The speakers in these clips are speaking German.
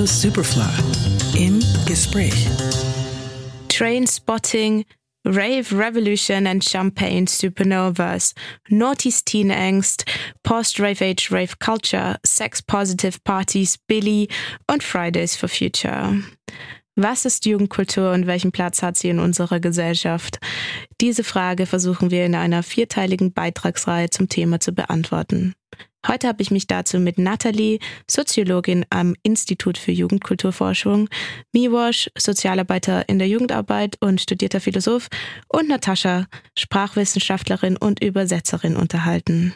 Superfly im Gespräch. Trainspotting, Rave Revolution and Champagne Supernovas, Noughties Teen Angst, Post-Rave Age Rave Culture, Sex-Positive Parties, Billy und Fridays for Future. Was ist Jugendkultur und welchen Platz hat sie in unserer Gesellschaft? Diese Frage versuchen wir in einer 4-teiligen Beitragsreihe zum Thema zu beantworten. Heute habe ich mich dazu mit Nathalie, Soziologin am Institut für Jugendkulturforschung, Miłosz, Sozialarbeiter in der Jugendarbeit und studierter Philosoph, und Natascha, Sprachwissenschaftlerin und Übersetzerin, unterhalten.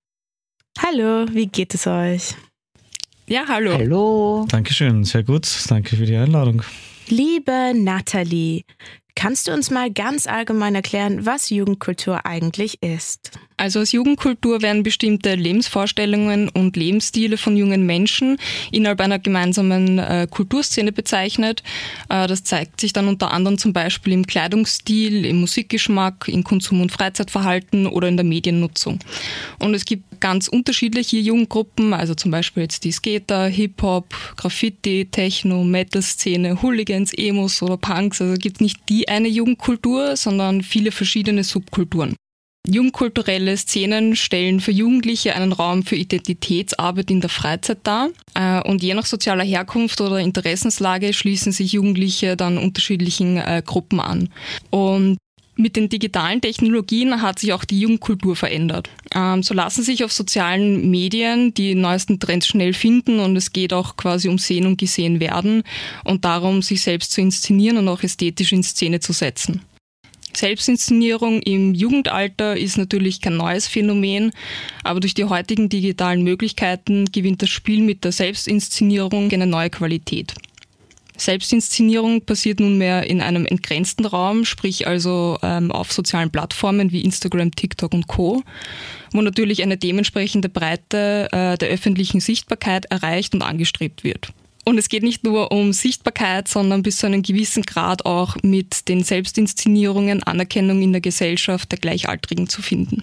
Hallo, wie geht es euch? Ja, hallo. Hallo. Dankeschön, sehr gut. Danke für die Einladung. Liebe Nathalie, kannst du uns mal ganz allgemein erklären, was Jugendkultur eigentlich ist? Also als Jugendkultur werden bestimmte Lebensvorstellungen und Lebensstile von jungen Menschen innerhalb einer gemeinsamen Kulturszene bezeichnet. Das zeigt sich dann unter anderem zum Beispiel im Kleidungsstil, im Musikgeschmack, im Konsum- und Freizeitverhalten oder in der Mediennutzung. Und es gibt ganz unterschiedliche Jugendgruppen, also zum Beispiel jetzt die Skater, Hip-Hop, Graffiti, Techno, Metal-Szene, Hooligans, Emos oder Punks. Also es gibt nicht die eine Jugendkultur, sondern viele verschiedene Subkulturen. Jugendkulturelle Szenen stellen für Jugendliche einen Raum für Identitätsarbeit in der Freizeit dar. Und je nach sozialer Herkunft oder Interessenslage schließen sich Jugendliche dann unterschiedlichen Gruppen an. Und mit den digitalen Technologien hat sich auch die Jugendkultur verändert. So lassen sich auf sozialen Medien die neuesten Trends schnell finden und es geht auch quasi um Sehen und Gesehen werden und darum, sich selbst zu inszenieren und auch ästhetisch in Szene zu setzen. Selbstinszenierung im Jugendalter ist natürlich kein neues Phänomen, aber durch die heutigen digitalen Möglichkeiten gewinnt das Spiel mit der Selbstinszenierung eine neue Qualität. Selbstinszenierung passiert nunmehr in einem entgrenzten Raum, sprich also auf sozialen Plattformen wie Instagram, TikTok und Co., wo natürlich eine dementsprechende Breite der öffentlichen Sichtbarkeit erreicht und angestrebt wird. Und es geht nicht nur um Sichtbarkeit, sondern bis zu einem gewissen Grad auch mit den Selbstinszenierungen Anerkennung in der Gesellschaft der Gleichaltrigen zu finden.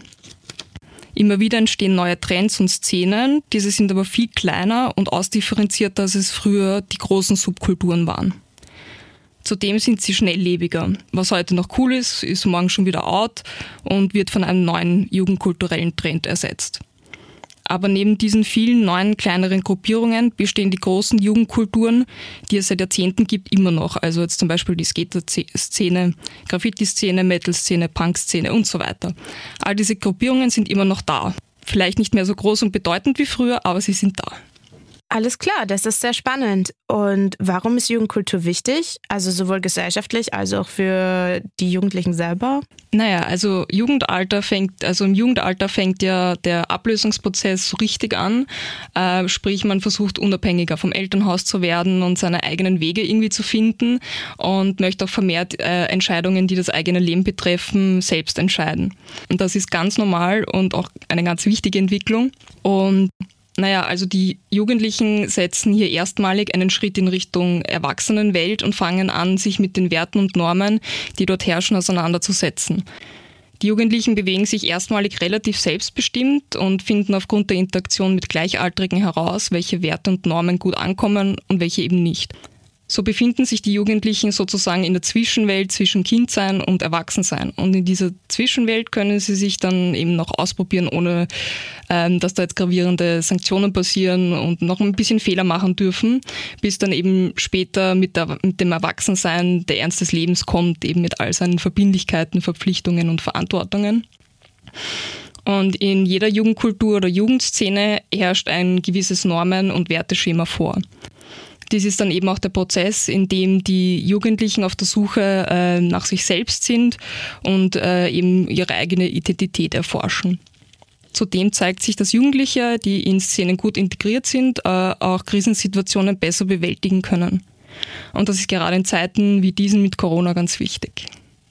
Immer wieder entstehen neue Trends und Szenen, diese sind aber viel kleiner und ausdifferenzierter, als es früher die großen Subkulturen waren. Zudem sind sie schnelllebiger. Was heute noch cool ist, ist morgen schon wieder out und wird von einem neuen jugendkulturellen Trend ersetzt. Aber neben diesen vielen neuen, kleineren Gruppierungen bestehen die großen Jugendkulturen, die es seit Jahrzehnten gibt, immer noch. Also jetzt zum Beispiel die Skater-Szene, Graffiti-Szene, Metal-Szene, Punk-Szene und so weiter. All diese Gruppierungen sind immer noch da. Vielleicht nicht mehr so groß und bedeutend wie früher, aber sie sind da. Alles klar, das ist sehr spannend. Und warum ist Jugendkultur wichtig? Also sowohl gesellschaftlich als auch für die Jugendlichen selber? Naja, also im Jugendalter fängt ja der Ablösungsprozess so richtig an. Sprich, man versucht unabhängiger vom Elternhaus zu werden und seine eigenen Wege irgendwie zu finden und möchte auch vermehrt Entscheidungen, die das eigene Leben betreffen, selbst entscheiden. Und das ist ganz normal und auch eine ganz wichtige Entwicklung. Und also die Jugendlichen setzen hier erstmalig einen Schritt in Richtung Erwachsenenwelt und fangen an, sich mit den Werten und Normen, die dort herrschen, auseinanderzusetzen. Die Jugendlichen bewegen sich erstmalig relativ selbstbestimmt und finden aufgrund der Interaktion mit Gleichaltrigen heraus, welche Werte und Normen gut ankommen und welche eben nicht. So befinden sich die Jugendlichen sozusagen in der Zwischenwelt zwischen Kindsein und Erwachsensein. Und in dieser Zwischenwelt können sie sich dann eben noch ausprobieren, ohne dass da jetzt gravierende Sanktionen passieren und noch ein bisschen Fehler machen dürfen, bis dann eben später mit dem Erwachsensein der Ernst des Lebens kommt, eben mit all seinen Verbindlichkeiten, Verpflichtungen und Verantwortungen. Und in jeder Jugendkultur oder Jugendszene herrscht ein gewisses Normen- und Werteschema vor. Dies ist dann eben auch der Prozess, in dem die Jugendlichen auf der Suche nach sich selbst sind und eben ihre eigene Identität erforschen. Zudem zeigt sich, dass Jugendliche, die in Szenen gut integriert sind, auch Krisensituationen besser bewältigen können. Und das ist gerade in Zeiten wie diesen mit Corona ganz wichtig.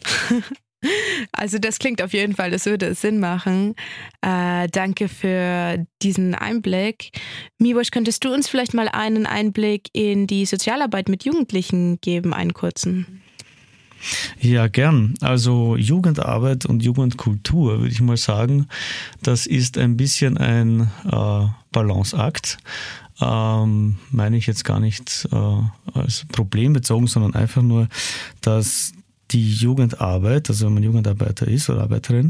Also das klingt auf jeden Fall, das würde Sinn machen. Danke für diesen Einblick. Miłosz, könntest du uns vielleicht mal einen Einblick in die Sozialarbeit mit Jugendlichen geben, einen kurzen? Ja, gern. Also Jugendarbeit und Jugendkultur, würde ich mal sagen, das ist ein bisschen ein Balanceakt. Meine ich jetzt gar nicht als problembezogen, sondern einfach nur, dass die Jugendarbeit, also wenn man Jugendarbeiter ist oder Arbeiterin,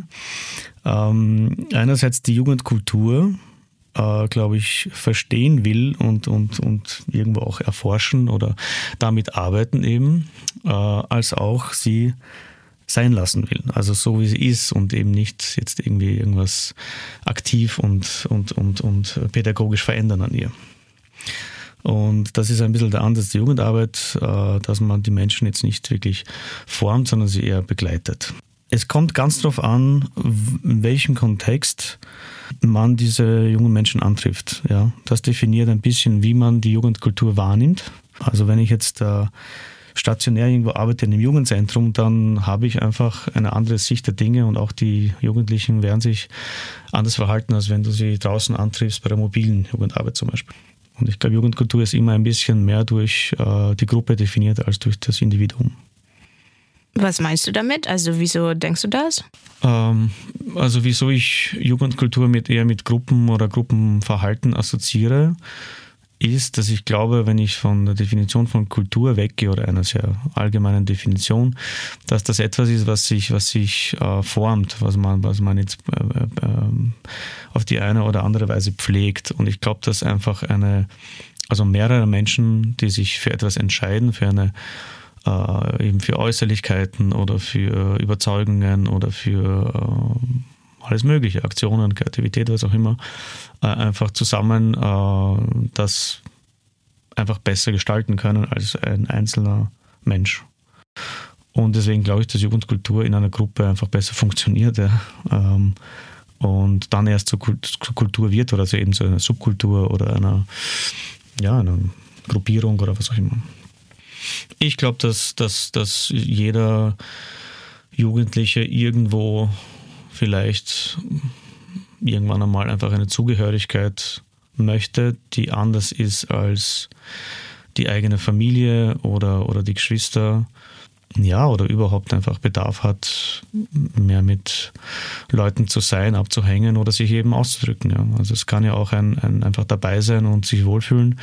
einerseits die Jugendkultur, glaube ich, verstehen will und irgendwo auch erforschen oder damit arbeiten eben, als auch sie sein lassen will. Also so wie sie ist und eben nicht jetzt irgendwie irgendwas aktiv und pädagogisch verändern an ihr. Und das ist ein bisschen der Ansatz der Jugendarbeit, dass man die Menschen jetzt nicht wirklich formt, sondern sie eher begleitet. Es kommt ganz darauf an, in welchem Kontext man diese jungen Menschen antrifft. Ja, das definiert ein bisschen, wie man die Jugendkultur wahrnimmt. Also wenn ich jetzt stationär irgendwo arbeite in einem Jugendzentrum, dann habe ich einfach eine andere Sicht der Dinge und auch die Jugendlichen werden sich anders verhalten, als wenn du sie draußen antriffst bei der mobilen Jugendarbeit zum Beispiel. Und ich glaube, Jugendkultur ist immer ein bisschen mehr durch die Gruppe definiert als durch das Individuum. Was meinst du damit? Also wieso denkst du das? Also wieso ich Jugendkultur eher mit Gruppen oder Gruppenverhalten assoziiere, ist, dass ich glaube, wenn ich von der Definition von Kultur weggehe oder einer sehr allgemeinen Definition, dass das etwas ist, was sich formt, was man jetzt auf die eine oder andere Weise pflegt. Und ich glaube, dass einfach mehrere Menschen, die sich für etwas entscheiden, eben für Äußerlichkeiten oder für Überzeugungen oder für alles mögliche, Aktionen, Kreativität, was auch immer, einfach zusammen das einfach besser gestalten können als ein einzelner Mensch. Und deswegen glaube ich, dass Jugendkultur in einer Gruppe einfach besser funktioniert, ja. Und dann erst zur Kultur wird oder also eben zu einer Subkultur oder einer Gruppierung oder was auch immer. Ich glaube, dass jeder Jugendliche irgendwo vielleicht irgendwann einmal einfach eine Zugehörigkeit möchte, die anders ist als die eigene Familie oder die Geschwister, ja, oder überhaupt einfach Bedarf hat, mehr mit Leuten zu sein, abzuhängen oder sich eben auszudrücken. Ja. Also es kann ja auch ein einfach dabei sein und sich wohlfühlen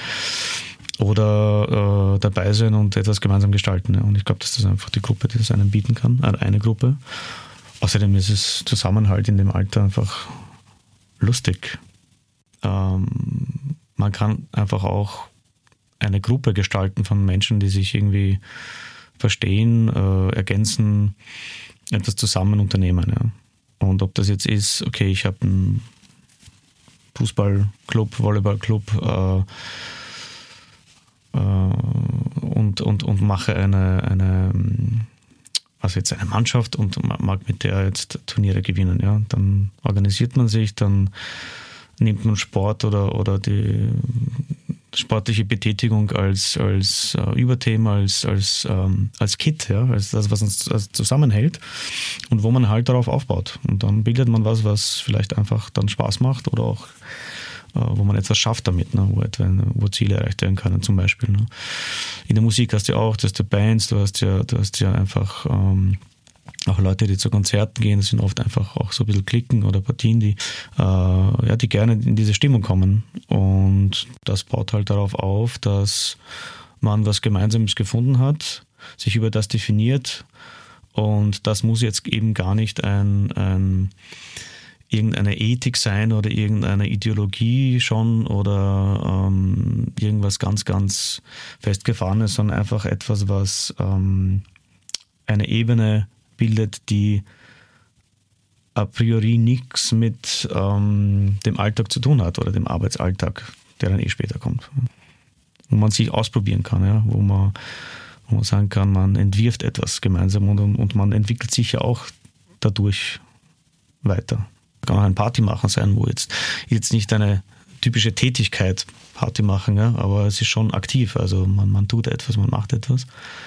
oder dabei sein und etwas gemeinsam gestalten. Ja. Und ich glaube, dass das einfach die Gruppe, die das einem bieten kann, eine Gruppe. Außerdem ist es Zusammenhalt in dem Alter einfach lustig. Man kann einfach auch eine Gruppe gestalten von Menschen, die sich irgendwie verstehen, ergänzen, etwas zusammen unternehmen. Ja. Und ob das jetzt ist, okay, ich habe einen Fußballclub, Volleyballclub und mache eine Mannschaft und mag mit der jetzt Turniere gewinnen. Ja. Dann organisiert man sich, dann nimmt man Sport oder die sportliche Betätigung als Überthema, als Kit, ja, als das, was uns zusammenhält und wo man halt darauf aufbaut. Und dann bildet man was vielleicht einfach dann Spaß macht oder auch wo man etwas schafft damit, ne, wo Ziele erreicht werden können zum Beispiel. Ne. In der Musik hast du ja auch, du hast ja Bands, du hast ja einfach auch Leute, die zu Konzerten gehen, das sind oft einfach auch so ein bisschen Klicken oder Partien, die gerne in diese Stimmung kommen. Und das baut halt darauf auf, dass man was Gemeinsames gefunden hat, sich über das definiert. Und das muss jetzt eben gar nicht irgendeine Ethik sein oder irgendeine Ideologie schon oder irgendwas ganz, ganz Festgefahrenes, sondern einfach etwas, was eine Ebene bildet, die a priori nichts mit dem Alltag zu tun hat oder dem Arbeitsalltag, der dann später kommt. Wo man sich ausprobieren kann, ja, wo man sagen kann, man entwirft etwas gemeinsam und man entwickelt sich ja auch dadurch weiter. Kann auch ein Party machen sein, wo jetzt nicht eine typische Tätigkeit Party machen, ja, aber es ist schon aktiv, also man tut etwas, man macht etwas.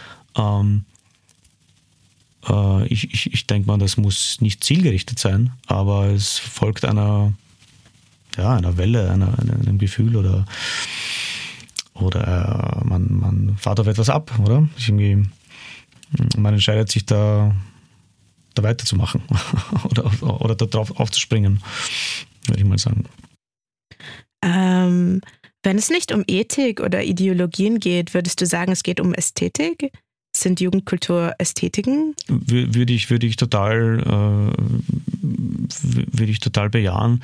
Ich denke mal, das muss nicht zielgerichtet sein, aber es folgt einer Welle, einem Gefühl oder man fährt auf etwas ab, oder? Ist irgendwie man entscheidet sich da weiterzumachen oder da drauf aufzuspringen, würde ich mal sagen. Wenn es nicht um Ethik oder Ideologien geht, würdest du sagen, es geht um Ästhetik? Sind Jugendkultur Ästhetiken? Würde ich total bejahen.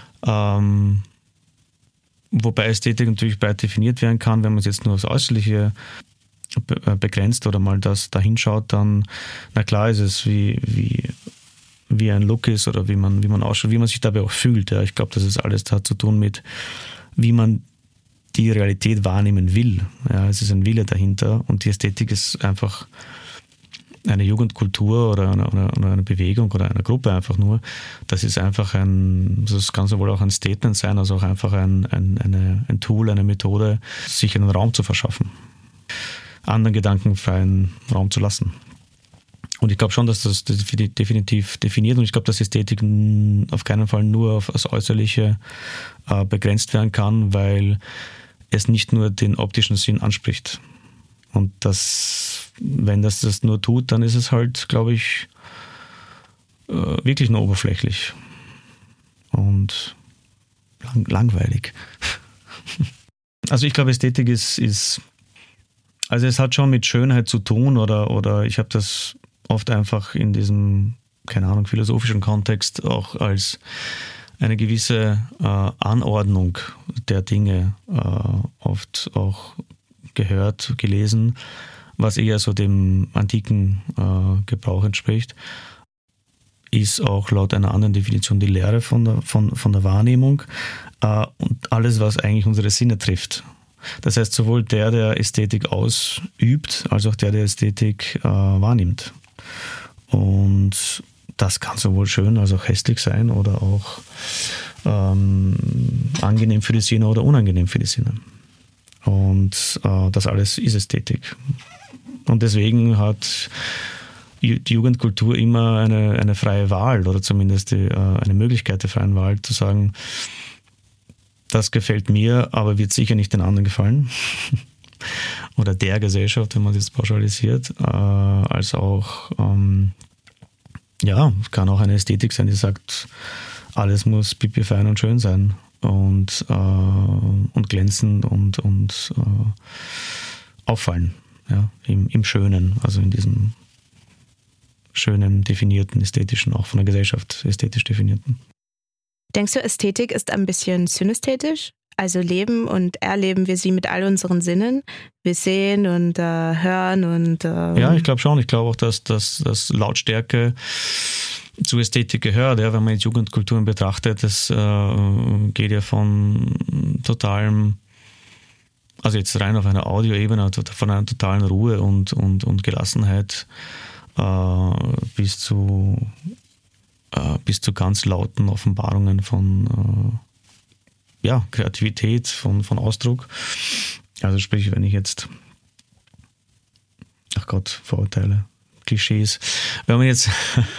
Wobei Ästhetik natürlich breit definiert werden kann, wenn man es jetzt nur aufs Äußerliche begrenzt oder mal das da hinschaut, dann, na klar ist es, wie ein Look ist oder wie man ausschaut, wie man sich dabei auch fühlt. Ja. Ich glaube, das ist alles hat zu tun mit, wie man die Realität wahrnehmen will. Ja, es ist ein Wille dahinter und die Ästhetik ist einfach eine Jugendkultur oder eine Bewegung oder eine Gruppe einfach nur. Das ist einfach das kann sowohl auch ein Statement sein, als auch einfach ein Tool, eine Methode, sich einen Raum zu verschaffen, anderen gedankenfreien Raum zu lassen. Und ich glaube schon, dass das definitiv definiert und ich glaube, dass Ästhetik auf keinen Fall nur auf das Äußerliche begrenzt werden kann, weil es nicht nur den optischen Sinn anspricht. Und wenn das nur tut, dann ist es halt, glaube ich, wirklich nur oberflächlich und langweilig. Also ich glaube, Ästhetik ist also es hat schon mit Schönheit zu tun oder ich habe das oft einfach in diesem, keine Ahnung, philosophischen Kontext auch als eine gewisse Anordnung der Dinge oft auch gehört, gelesen, was eher so dem antiken Gebrauch entspricht, ist auch laut einer anderen Definition die Lehre von der Wahrnehmung und alles, was eigentlich unsere Sinne trifft. Das heißt, sowohl der Ästhetik ausübt, als auch der Ästhetik wahrnimmt. Und das kann sowohl schön als auch hässlich sein oder auch angenehm für die Sinne oder unangenehm für die Sinne. Und das alles ist Ästhetik. Und deswegen hat die Jugendkultur immer eine freie Wahl oder zumindest eine Möglichkeit der freien Wahl zu sagen, das gefällt mir, aber wird sicher nicht den anderen gefallen. Oder der Gesellschaft, wenn man es jetzt pauschalisiert. Als auch, kann auch eine Ästhetik sein, die sagt, alles muss pipi fein und schön sein und glänzend und auffallen. Ja, im Schönen, also in diesem schönen, definierten, ästhetischen, auch von der Gesellschaft ästhetisch definierten. Denkst du, Ästhetik ist ein bisschen synästhetisch? Also leben und erleben wir sie mit all unseren Sinnen? Wir sehen und hören und... Ja, ich glaube schon. Ich glaube auch, dass Lautstärke zu Ästhetik gehört. Ja, wenn man jetzt Jugendkulturen betrachtet, das geht ja von totalem, also jetzt rein auf einer Audioebene, von einer totalen Ruhe und Gelassenheit bis zu ganz lauten Offenbarungen von Kreativität, von Ausdruck. Also sprich, wenn ich jetzt, ach Gott, Vorurteile, Klischees, wenn man jetzt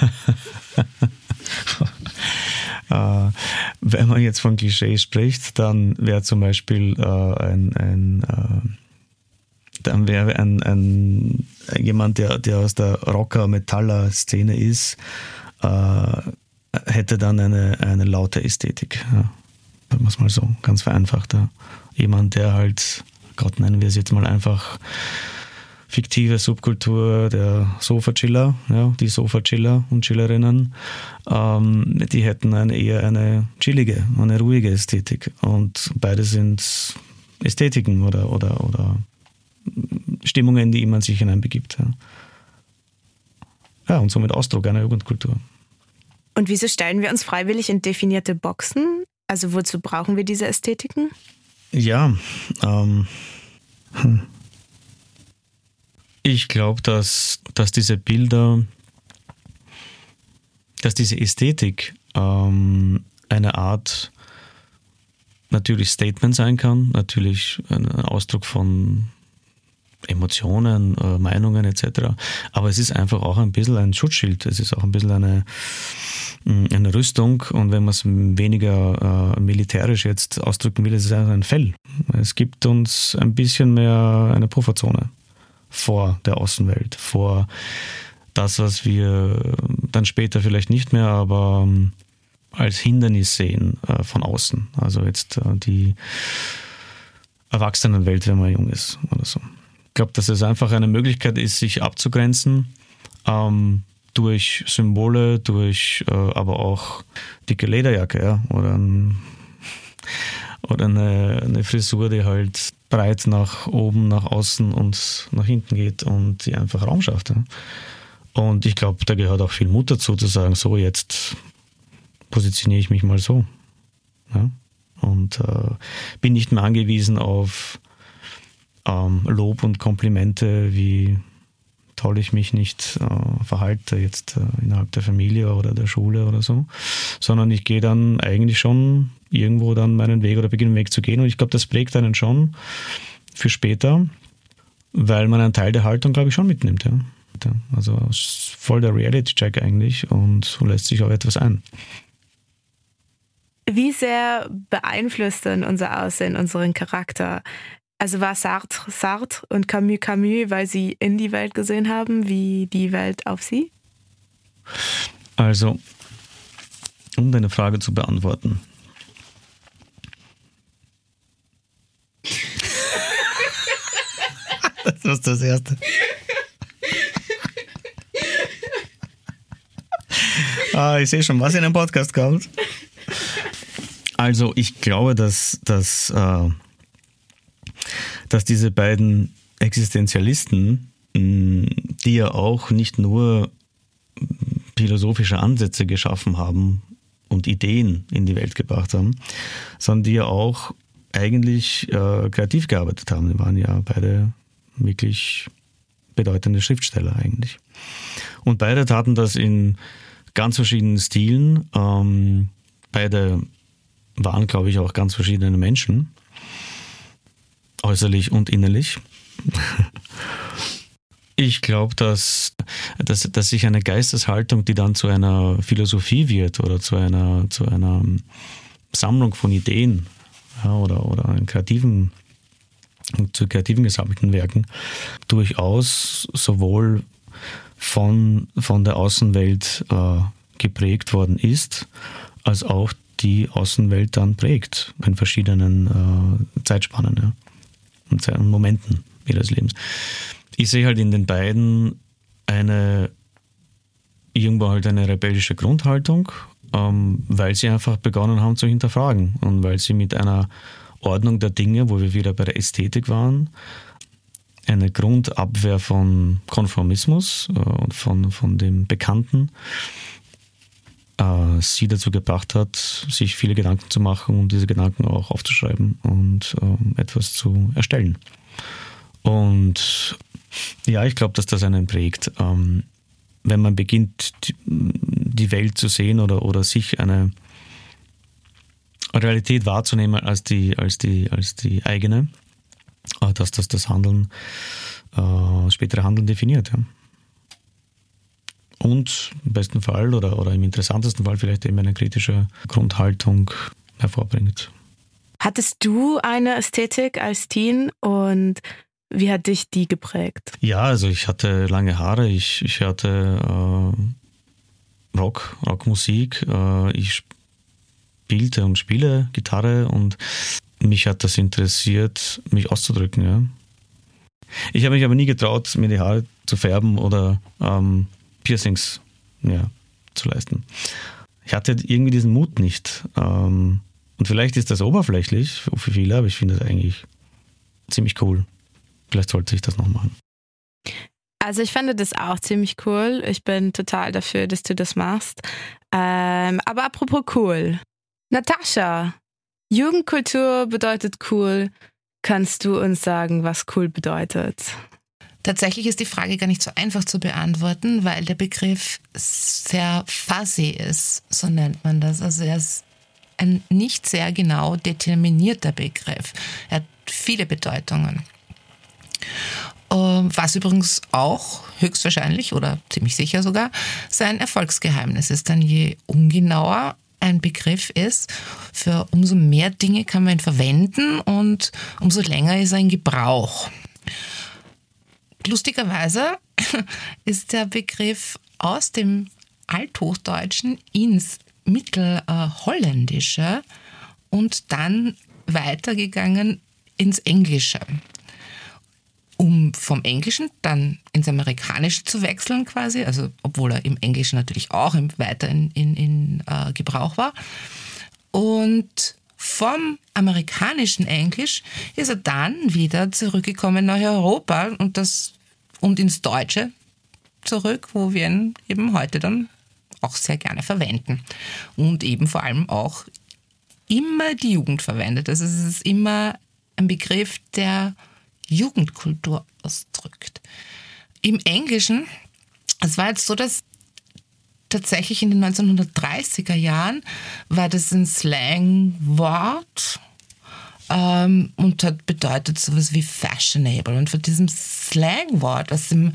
wenn man jetzt von Klischees spricht, dann wäre zum Beispiel jemand, der aus der Rocker-Metaller-Szene ist, hätte dann eine laute Ästhetik. Ja. Sagen wir es mal so, ganz vereinfacht. Ja. Jemand, der halt, Gott, nennen wir es jetzt mal einfach fiktive Subkultur der Sofa-Chiller, ja, die Sofa-Chiller und Chillerinnen, die hätten eher eine chillige, eine ruhige Ästhetik. Und beide sind Ästhetiken oder Stimmungen, in die man sich hineinbegibt. Ja. Ja, und somit Ausdruck einer Jugendkultur. Und wieso stellen wir uns freiwillig in definierte Boxen? Also wozu brauchen wir diese Ästhetiken? Ja, ich glaube, dass diese Bilder, dass diese Ästhetik eine Art natürlich Statement sein kann, natürlich ein Ausdruck von Emotionen, Meinungen etc. Aber es ist einfach auch ein bisschen ein Schutzschild, es ist auch ein bisschen eine Rüstung und wenn man es weniger militärisch jetzt ausdrücken will, ist es ein Fell. Es gibt uns ein bisschen mehr eine Pufferzone vor der Außenwelt, vor das, was wir dann später vielleicht nicht mehr, aber als Hindernis sehen von außen. Also jetzt die Erwachsenenwelt, wenn man jung ist oder so. Ich glaube, dass es einfach eine Möglichkeit ist, sich abzugrenzen, durch Symbole, durch aber auch dicke Lederjacke, ja, oder eine Frisur, die halt breit nach oben, nach außen und nach hinten geht und die einfach Raum schafft. Ja. Und ich glaube, da gehört auch viel Mut dazu, zu sagen, so jetzt positioniere ich mich mal so. Ja. Und bin nicht mehr angewiesen auf Lob und Komplimente, wie toll ich mich nicht verhalte jetzt innerhalb der Familie oder der Schule oder so, sondern ich gehe dann eigentlich schon irgendwo dann meinen Weg oder beginne den Weg zu gehen und ich glaube, das prägt einen schon für später, weil man einen Teil der Haltung, glaube ich, schon mitnimmt. Ja. Also voll der Reality-Check eigentlich und lässt sich auf etwas ein. Wie sehr beeinflusst denn unser Aussehen unseren Charakter? Also war Sartre und Camus, weil sie in die Welt gesehen haben, wie die Welt auf sie? Also, um deine Frage zu beantworten. Das war das Erste. Ich sehe schon, was in einem Podcast kommt. Also, ich glaube, dass diese beiden Existenzialisten, die ja auch nicht nur philosophische Ansätze geschaffen haben und Ideen in die Welt gebracht haben, sondern die ja auch eigentlich kreativ gearbeitet haben. Die waren ja beide wirklich bedeutende Schriftsteller eigentlich. Und beide taten das in ganz verschiedenen Stilen. Beide waren, glaube ich, auch ganz verschiedene Menschen. Äußerlich und innerlich. Ich glaube, dass sich eine Geisteshaltung, die dann zu einer Philosophie wird oder zu einer Sammlung von Ideen, ja, oder zu kreativen gesammelten Werken, durchaus sowohl von der Außenwelt geprägt worden ist, als auch die Außenwelt dann prägt in verschiedenen Zeitspannen. Ja. Und Momenten ihres Lebens. Ich sehe halt in den beiden irgendwo halt eine rebellische Grundhaltung, weil sie einfach begonnen haben zu hinterfragen und weil sie mit einer Ordnung der Dinge, wo wir wieder bei der Ästhetik waren, eine Grundabwehr von Konformismus und von dem Bekannten, sie dazu gebracht hat, sich viele Gedanken zu machen und diese Gedanken auch aufzuschreiben und etwas zu erstellen. Und ja, ich glaube, dass das einen prägt. Wenn man beginnt, die Welt zu sehen oder sich eine Realität wahrzunehmen als die eigene, dass das Handeln, spätere Handeln definiert. Ja. Und im besten Fall oder im interessantesten Fall vielleicht eben eine kritische Grundhaltung hervorbringt. Hattest du eine Ästhetik als Teen und wie hat dich die geprägt? Ja, also ich hatte lange Haare, ich hörte Rockmusik, ich spielte und spiele Gitarre und mich hat das interessiert, mich auszudrücken. Ja. Ich habe mich aber nie getraut, mir die Haare zu färben oder Piercings zu leisten. Ich hatte irgendwie diesen Mut nicht. Und vielleicht ist das oberflächlich für viele, aber ich finde das eigentlich ziemlich cool. Vielleicht sollte ich das noch machen. Also ich fände das auch ziemlich cool. Ich bin total dafür, dass du das machst. Aber apropos cool. Natascha, Jugendkultur bedeutet cool. Kannst du uns sagen, was cool bedeutet? Tatsächlich ist die Frage gar nicht so einfach zu beantworten, weil der Begriff sehr fuzzy ist, so nennt man das. Also er ist ein nicht sehr genau determinierter Begriff. Er hat viele Bedeutungen. Was übrigens auch höchstwahrscheinlich oder ziemlich sicher sogar sein Erfolgsgeheimnis ist. Denn je ungenauer ein Begriff ist, für umso mehr Dinge kann man ihn verwenden und umso länger ist er in Gebrauch. lustigerweise ist der Begriff aus dem Althochdeutschen ins Mittelholländische und dann weitergegangen ins Englische. Um vom Englischen dann ins Amerikanische zu wechseln quasi, also obwohl er im Englischen natürlich auch weiter in Gebrauch war. Und vom amerikanischen Englisch ist er dann wieder zurückgekommen nach Europa und ins Deutsche zurück, wo wir ihn eben heute dann auch sehr gerne verwenden. Und eben vor allem auch immer die Jugend verwendet. Also es ist immer ein Begriff, der Jugendkultur ausdrückt. Im Englischen, es war jetzt so, dass tatsächlich in den 1930er Jahren war das ein Slangwort und hat bedeutet sowas wie fashionable. Und von diesem Slangwort aus dem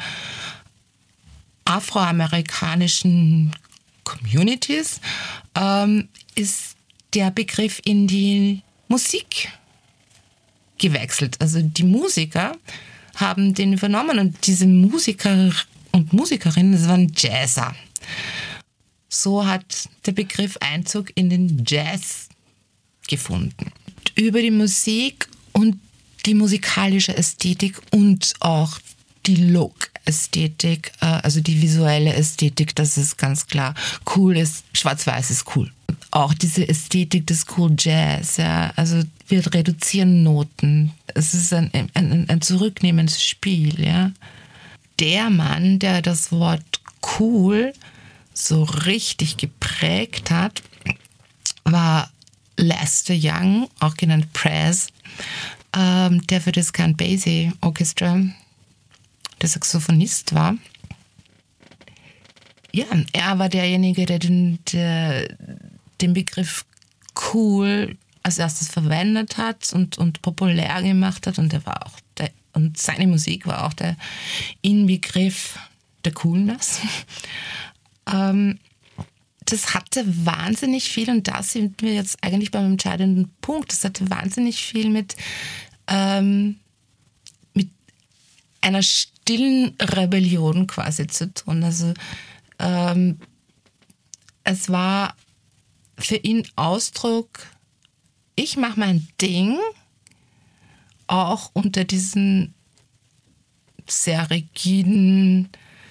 afroamerikanischen Communities ist der Begriff in die Musik gewechselt. Also die Musiker haben den übernommen und diese Musiker und Musikerinnen, das waren Jazzer. So hat der Begriff Einzug in den Jazz gefunden. Über die Musik und die musikalische Ästhetik und auch die Look-Ästhetik, also die visuelle Ästhetik, das ist ganz klar. Cool ist, schwarz-weiß ist cool. Auch diese Ästhetik des Cool Jazz, ja, also wir reduzieren Noten. Es ist ein zurücknehmendes Spiel, ja. Der Mann, der das Wort cool so richtig geprägt hat, war Lester Young, auch genannt Prez, der für das Count Basie Orchestra der Saxophonist war. Ja, er war derjenige, der den Begriff cool als erstes verwendet hat und populär gemacht hat. Und er war auch und seine Musik war auch der Inbegriff der Coolness. Das hatte wahnsinnig viel, und da sind wir jetzt eigentlich beim entscheidenden Punkt, das hatte wahnsinnig viel mit einer stillen Rebellion quasi zu tun. Also es war für ihn Ausdruck, ich mache mein Ding, auch unter diesen sehr rigiden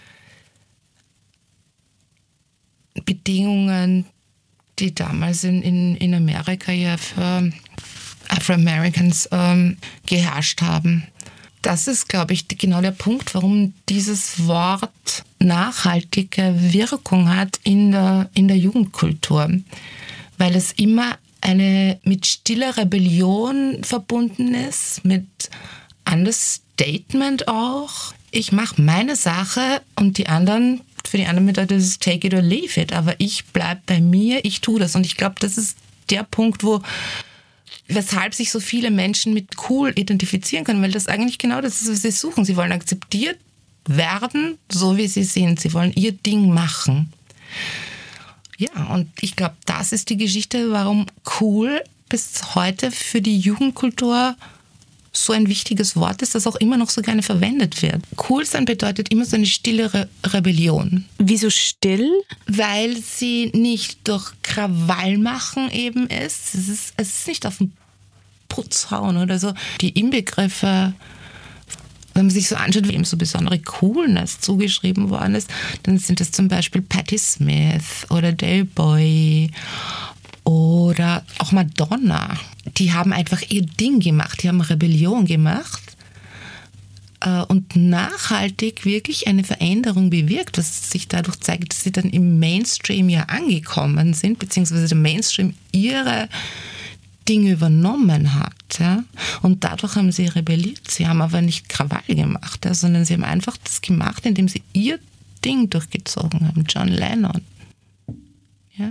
Bedingungen, die damals in Amerika ja für Afro-Americans geherrscht haben. Das ist, glaube ich, genau der Punkt, warum dieses Wort nachhaltige Wirkung hat in der Jugendkultur. Weil es immer mit stiller Rebellion verbunden ist, mit Understatement auch. Ich mache meine Sache und für die anderen bedeutet es take it or leave it. Aber ich bleibe bei mir, ich tue das. Und ich glaube, das ist der Punkt, weshalb sich so viele Menschen mit cool identifizieren können, weil das eigentlich genau das ist, was sie suchen. Sie wollen akzeptiert werden, so wie sie sind. Sie wollen ihr Ding machen. Ja, und ich glaube, das ist die Geschichte, warum cool bis heute für die Jugendkultur so ein wichtiges Wort ist, das auch immer noch so gerne verwendet wird. Cool sein bedeutet immer so eine stille Rebellion. Wieso still? Weil sie nicht durch Krawall machen eben ist. Es ist nicht auf den Putz hauen oder so. Die Inbegriffe, wenn man sich so anschaut, wie eben so besondere Coolness zugeschrieben worden ist, dann sind das zum Beispiel Patti Smith oder Del Boy oder auch Madonna. Die haben einfach ihr Ding gemacht, die haben Rebellion gemacht und nachhaltig wirklich eine Veränderung bewirkt, was sich dadurch zeigt, dass sie dann im Mainstream ja angekommen sind, beziehungsweise der Mainstream ihre Dinge übernommen hat. Ja? Und dadurch haben sie rebelliert. Sie haben aber nicht Krawall gemacht, ja, sondern sie haben einfach das gemacht, indem sie ihr Ding durchgezogen haben. John Lennon. Ja?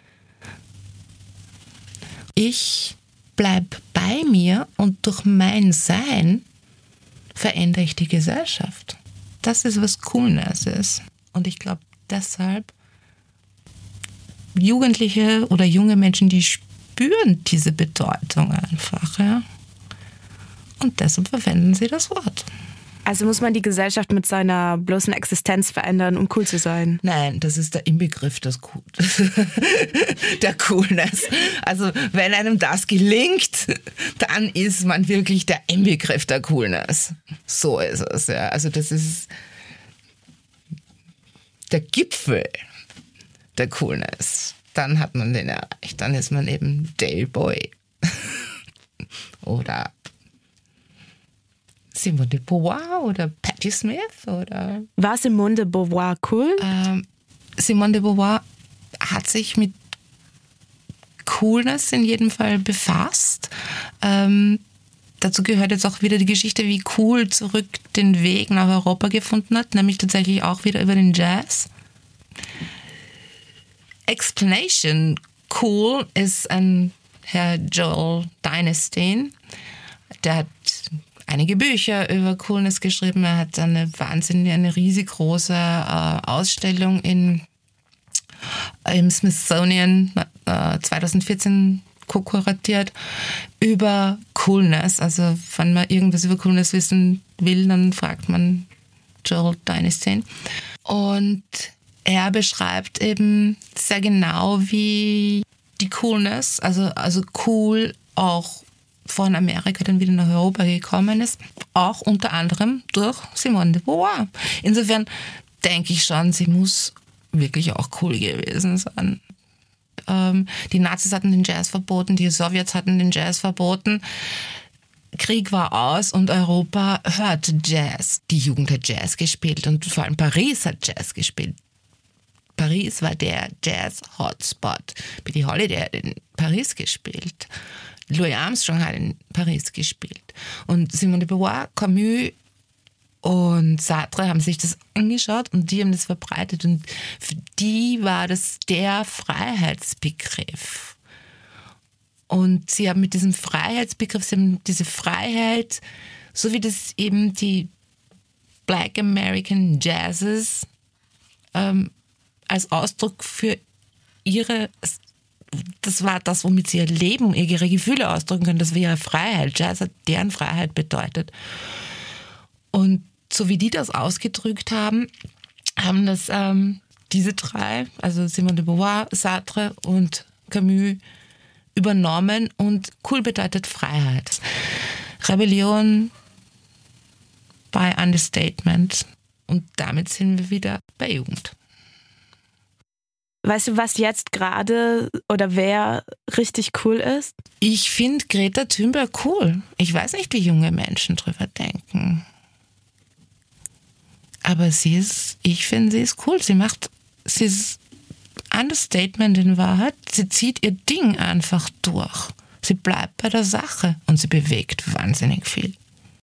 Ich bleib bei mir und durch mein Sein verändere ich die Gesellschaft. Das ist, was Coolness ist. Und ich glaube, deshalb Jugendliche oder junge Menschen, die spüren diese Bedeutung einfach. Ja? Und deshalb verwenden sie das Wort. Also muss man die Gesellschaft mit seiner bloßen Existenz verändern, um cool zu sein? Nein, das ist der Inbegriff der Coolness. Also wenn einem das gelingt, dann ist man wirklich der Inbegriff der Coolness. So ist es, ja. Also das ist der Gipfel der Coolness. Dann hat man den erreicht. Dann ist man eben Dale Boy. Oder Simone de Beauvoir oder Patti Smith oder... War Simone de Beauvoir cool? Simone de Beauvoir hat sich mit Coolness in jedem Fall befasst. Dazu gehört jetzt auch wieder die Geschichte, wie cool zurück den Weg nach Europa gefunden hat, nämlich tatsächlich auch wieder über den Jazz. Explanation Cool ist ein Herr Joel Dynasteen. Der hat einige Bücher über Coolness geschrieben. Er hat eine riesig große Ausstellung im Smithsonian 2014 co-kuratiert über Coolness. Also wenn man irgendwas über Coolness wissen will, dann fragt man Joel Dynasteen. Und er beschreibt eben sehr genau, wie die Coolness, also cool auch von Amerika dann wieder nach Europa gekommen ist, auch unter anderem durch Simone de Beauvoir. Insofern denke ich schon, sie muss wirklich auch cool gewesen sein. Die Nazis hatten den Jazz verboten, die Sowjets hatten den Jazz verboten. Krieg war aus und Europa hörte Jazz. Die Jugend hat Jazz gespielt und vor allem Paris hat Jazz gespielt. Paris war der Jazz-Hotspot. Billie Holiday hat in Paris gespielt. Louis Armstrong hat in Paris gespielt. Und Simone de Beauvoir, Camus und Sartre haben sich das angeschaut und die haben das verbreitet. Und für die war das der Freiheitsbegriff. Und sie haben mit diesem Freiheitsbegriff, sie haben diese Freiheit, so wie das eben die Black American Jazzes als Ausdruck für das war das, womit sie ihr Leben, ihre Gefühle ausdrücken können. Das war ihre Freiheit. Jazz hat deren Freiheit bedeutet. Und so wie die das ausgedrückt haben, haben das diese drei, also Simone de Beauvoir, Sartre und Camus, übernommen. Und cool bedeutet Freiheit. Rebellion bei Understatement. Und damit sind wir wieder bei Jugend. Weißt du, was jetzt gerade oder wer richtig cool ist? Ich finde Greta Thunberg cool. Ich weiß nicht, wie junge Menschen drüber denken. Aber ich finde, sie ist cool. Sie ist Understatement in Wahrheit. Sie zieht ihr Ding einfach durch. Sie bleibt bei der Sache und sie bewegt wahnsinnig viel.